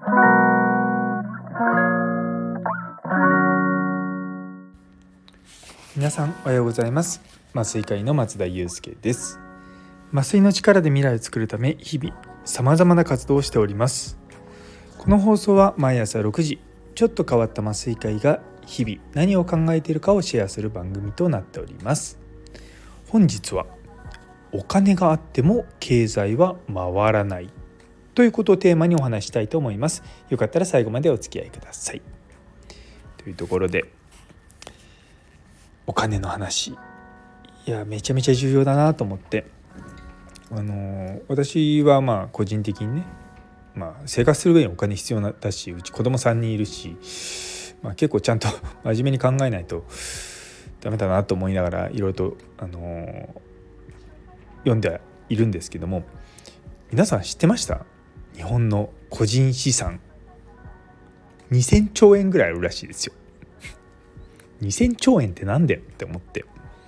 皆さんおはようございます。麻酔科医の松田祐介です。麻酔の力で未来を作るため日々様々な活動をしております。この放送は毎朝6時、ちょっと変わった麻酔科医が日々何を考えているかをシェアする番組となっております。本日はお金があっても経済は回らないということをテーマにお話したいと思います。よかったら最後までお付き合いください。というところで、お金の話、いやめちゃめちゃ重要だなと思って、私は個人的にね、生活する上にお金必要だし、うち子供3人いるし、結構ちゃんと真面目に考えないとダメだなと思いながらいろいろと、読んでいるんですけども、皆さん知ってました？日本の個人資産2000兆円ぐらいあるらしいですよ。2000兆円ってなんでって思って、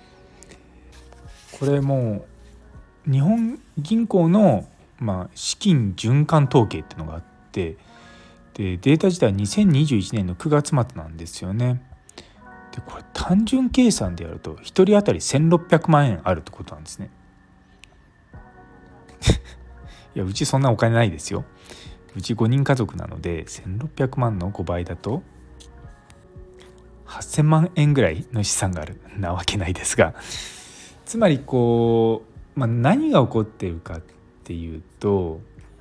これもう日本銀行の資金循環統計っていうのがあって、でデータ自体は2021年の9月末なんですよね。でこれ単純計算でやると1人当たり1600万円あるってことなんですね。いやうちそんなお金ないですよ。うち5人家族なので1600万の5倍だと8000万円ぐらいの資産があるなわけないですが、つまり何が起こっているかっていうと、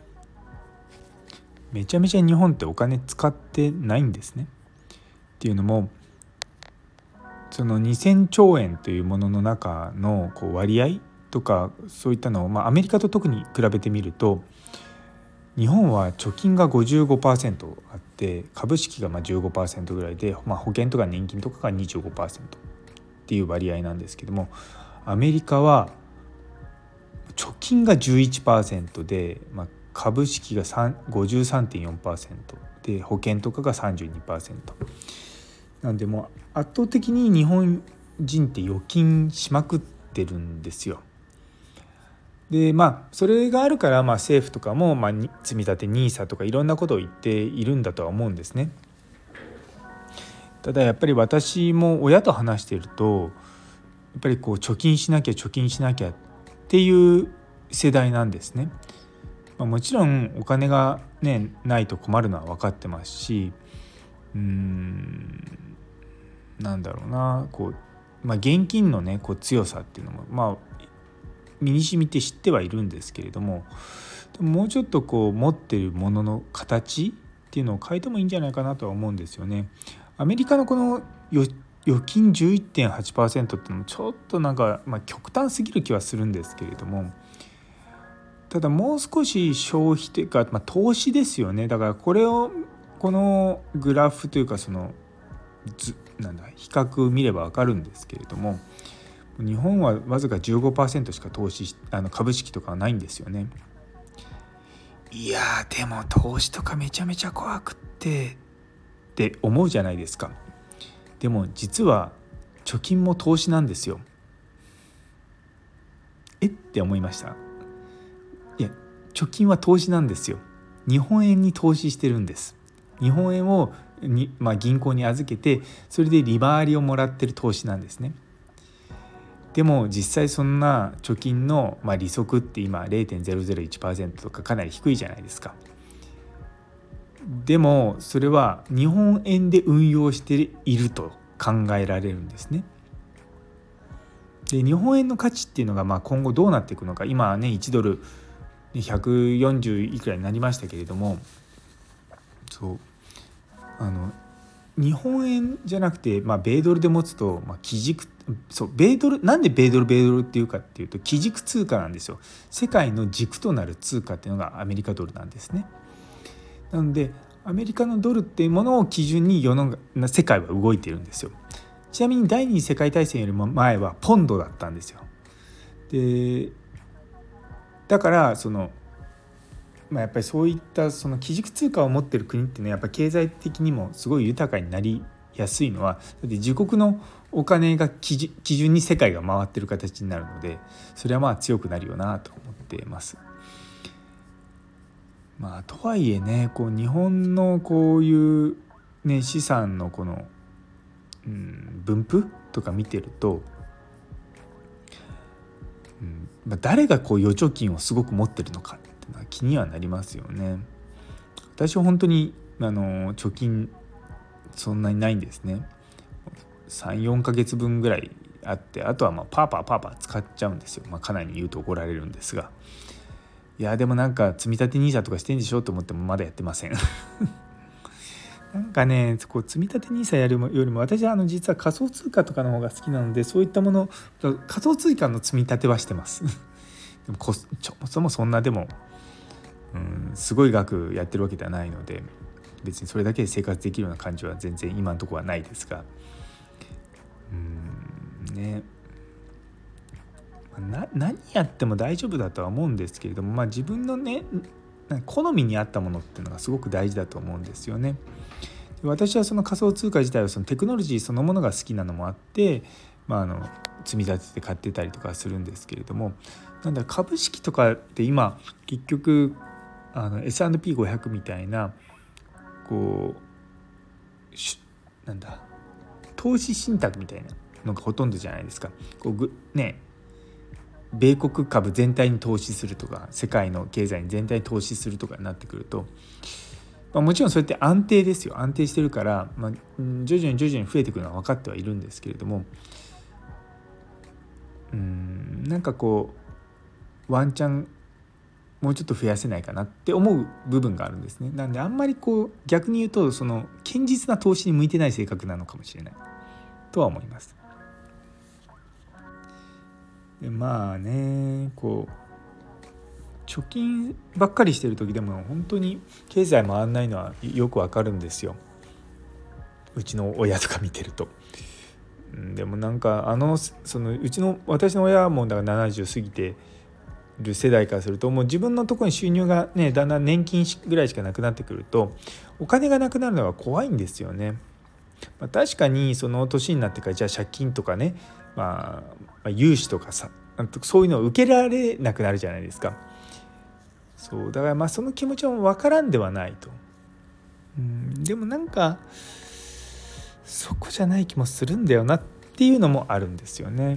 めちゃめちゃ日本ってお金使ってないんですね。っていうのも、その2000兆円というものの中の割合とかそういったのを、アメリカと特に比べてみると、日本は貯金が 55% あって株式が15% ぐらいで、保険とか年金とかが 25% っていう割合なんですけども、アメリカは貯金が 11% で、株式が 53.4% で保険とかが 32%なんで、もう圧倒的に日本人って預金しまくってるんですよ。でそれがあるから、政府とかも、積み立て NISA とかいろんなことを言っているんだとは思うんですね。ただやっぱり私も親と話していると、やっぱり貯金しなきゃっていう世代なんですね。もちろんお金が、ないと困るのは分かってますし、なんだろうな、現金のね強さっていうのも身に染みて知ってはいるんですけれども、もうちょっと持っているものの形っていうのを変えてもいいんじゃないかなとは思うんですよね。アメリカのこの預金 11.8% っていうのもちょっと極端すぎる気はするんですけれども、ただもう少し消費というか、投資ですよね。だからこのグラフというか比較を見れば分かるんですけれども、日本はわずか 15% しか株式とかはないんですよね。いやでも投資とかめちゃめちゃ怖くって思うじゃないですか。でも実は貯金も投資なんですよ。って思いました。いや貯金は投資なんですよ。日本円に投資してるんです。日本円を銀行に預けて、それで利回りをもらってる投資なんですね。でも実際そんな貯金の利息って今 0.001% とかかなり低いじゃないですか。でもそれは日本円で運用していると考えられるんですね。で日本円の価値っていうのが今後どうなっていくのか、今はね1ドル140いくらになりましたけれども、日本円じゃなくて、米ドルで持つと、基軸米ドル、なんで米ドルっていうかっていうと、基軸通貨なんですよ。世界の軸となる通貨っていうのがアメリカドルなんですね。なのでアメリカのドルっていうものを基準に世界は動いているんですよ。ちなみに第二次世界大戦よりも前はポンドだったんですよ。でだからやっぱりそういった基軸通貨を持っている国っていうのはやっぱり経済的にもすごい豊かになりやすいのは、自国のお金が基準に世界が回っている形になるので、それは強くなるよなと思っています。 とはいえね、こう日本のこういう、ね、資産のこの、分布とか見てると、誰がこう預貯金をすごく持ってるのかっていうのは気にはなりますよね。私は本当に貯金そんなにないんですね。3、4ヶ月分ぐらいあって、あとはパーパー使っちゃうんですよ。家内に言うと怒られるんですが、いやでもなんか積み立て NISA とかしてんでしょと思ってもまだやってませんなんかね、こう積み立て NISA やるよりも私は実は仮想通貨とかの方が好きなので、そういったもの、仮想通貨の積み立てはしてますでもそもそんなでも、すごい額やってるわけではないので、別にそれだけで生活できるような感じは全然今のところはないですが、ね、何やっても大丈夫だとは思うんですけれども、自分のね好みに合ったものっていうのがすごく大事だと思うんですよね。私はその仮想通貨自体はそのテクノロジーそのものが好きなのもあって、積み立てて買ってたりとかするんですけれども、なんだ株式とかって今結局S&P500 みたいなこう投資信託みたいなのがほとんどじゃないですか。米国株全体に投資するとか、世界の経済に全体に投資するとかになってくると、もちろんそうやって安定ですよ。安定してるから、徐々に増えてくるのは分かってはいるんですけれども、なんかこうワンチャンもうちょっと増やせないかなって思う部分があるんですね。なんであんまりこう逆に言うとその堅実な投資に向いてない性格なのかもしれないとは思います。でこう貯金ばっかりしてる時でも本当に経済回らないのはよくわかるんですよ。うちの親とか見てると。でもなんか私の親もだから70過ぎてる世代からすると、もう自分のところに収入がねだんだん年金ぐらいしかなくなってくると、お金がなくなるのが怖いんですよね。確かにその年になってからじゃあ借金とかね、融資とかそういうのを受けられなくなるじゃないですか。そうだからその気持ちも分からんではないと。でもなんかそこじゃない気もするんだよなっていうのもあるんですよね。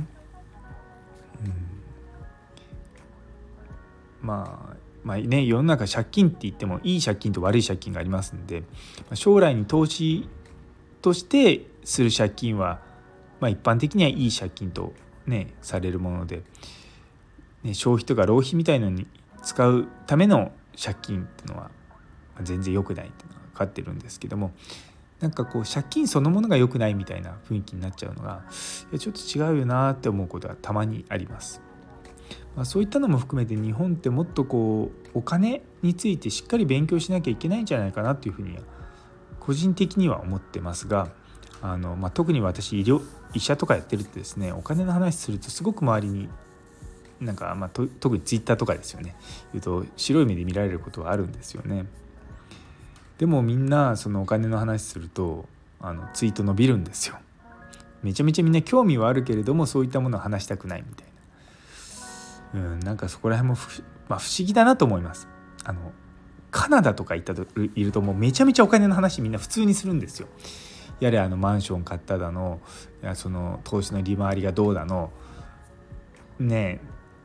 世の中借金って言ってもいい借金と悪い借金がありますんで、将来に投資としてする借金は、一般的にはいい借金と、されるもので、消費とか浪費みたいのに使うための借金っていうのは全然良くないっていうのが分かってるんですけども、なんかこう借金そのものが良くないみたいな雰囲気になっちゃうのがちょっと違うよなって思うことはたまにあります。そういったのも含めて日本ってもっとこうお金についてしっかり勉強しなきゃいけないんじゃないかなっていうふうには個人的には思ってますが、特に私医者とかやってるとですね、お金の話するとすごく周りに特にツイッターとかですよね、言うと白い目で見られることはあるんですよね。でもみんなそのお金の話するとツイート伸びるんですよ。めちゃめちゃみんな興味はあるけれどもそういったものを話したくないみたいな、なんかそこら辺も不思議だなと思います。カナダとかいるともうめちゃめちゃお金の話みんな普通にするんですよ。やれマンション買っただの、その投資の利回りがどうだのね、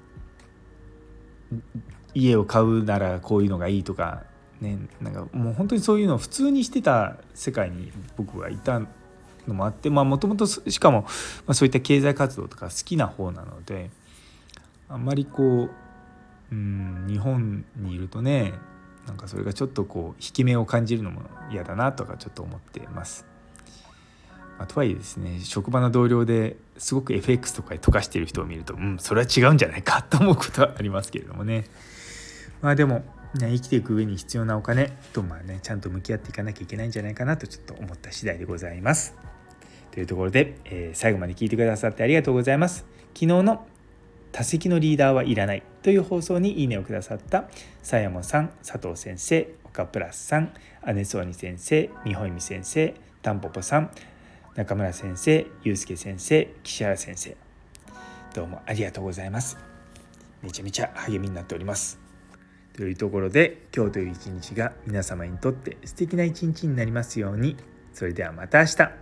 家を買うならこういうのがいいとかね、なんかもう本当にそういうのを普通にしてた世界に僕はいたのもあって、もともとしかも、そういった経済活動とか好きな方なので、あんまりこう日本にいるとね、なんかそれがちょっとこう引き目を感じるのも嫌だなとかちょっと思ってます。とはいえですね、職場の同僚ですごく FX とかで溶かしている人を見ると、それは違うんじゃないかと思うことはありますけれどもね。でも、生きていく上に必要なお金とちゃんと向き合っていかなきゃいけないんじゃないかなとちょっと思った次第でございます。というところで、最後まで聞いてくださってありがとうございます。昨日の多席のリーダーはいらないという放送にいいねをくださったさやもさん、佐藤先生、岡プラスさん、姉そうに先生、みほいみ先生、たんぽぽさん、中村先生、ゆうすけ先生、岸原先生、どうもありがとうございます。めちゃめちゃ励みになっております。 というところで、今日という一日が皆様にとって素敵な一日になりますように。それではまた明日。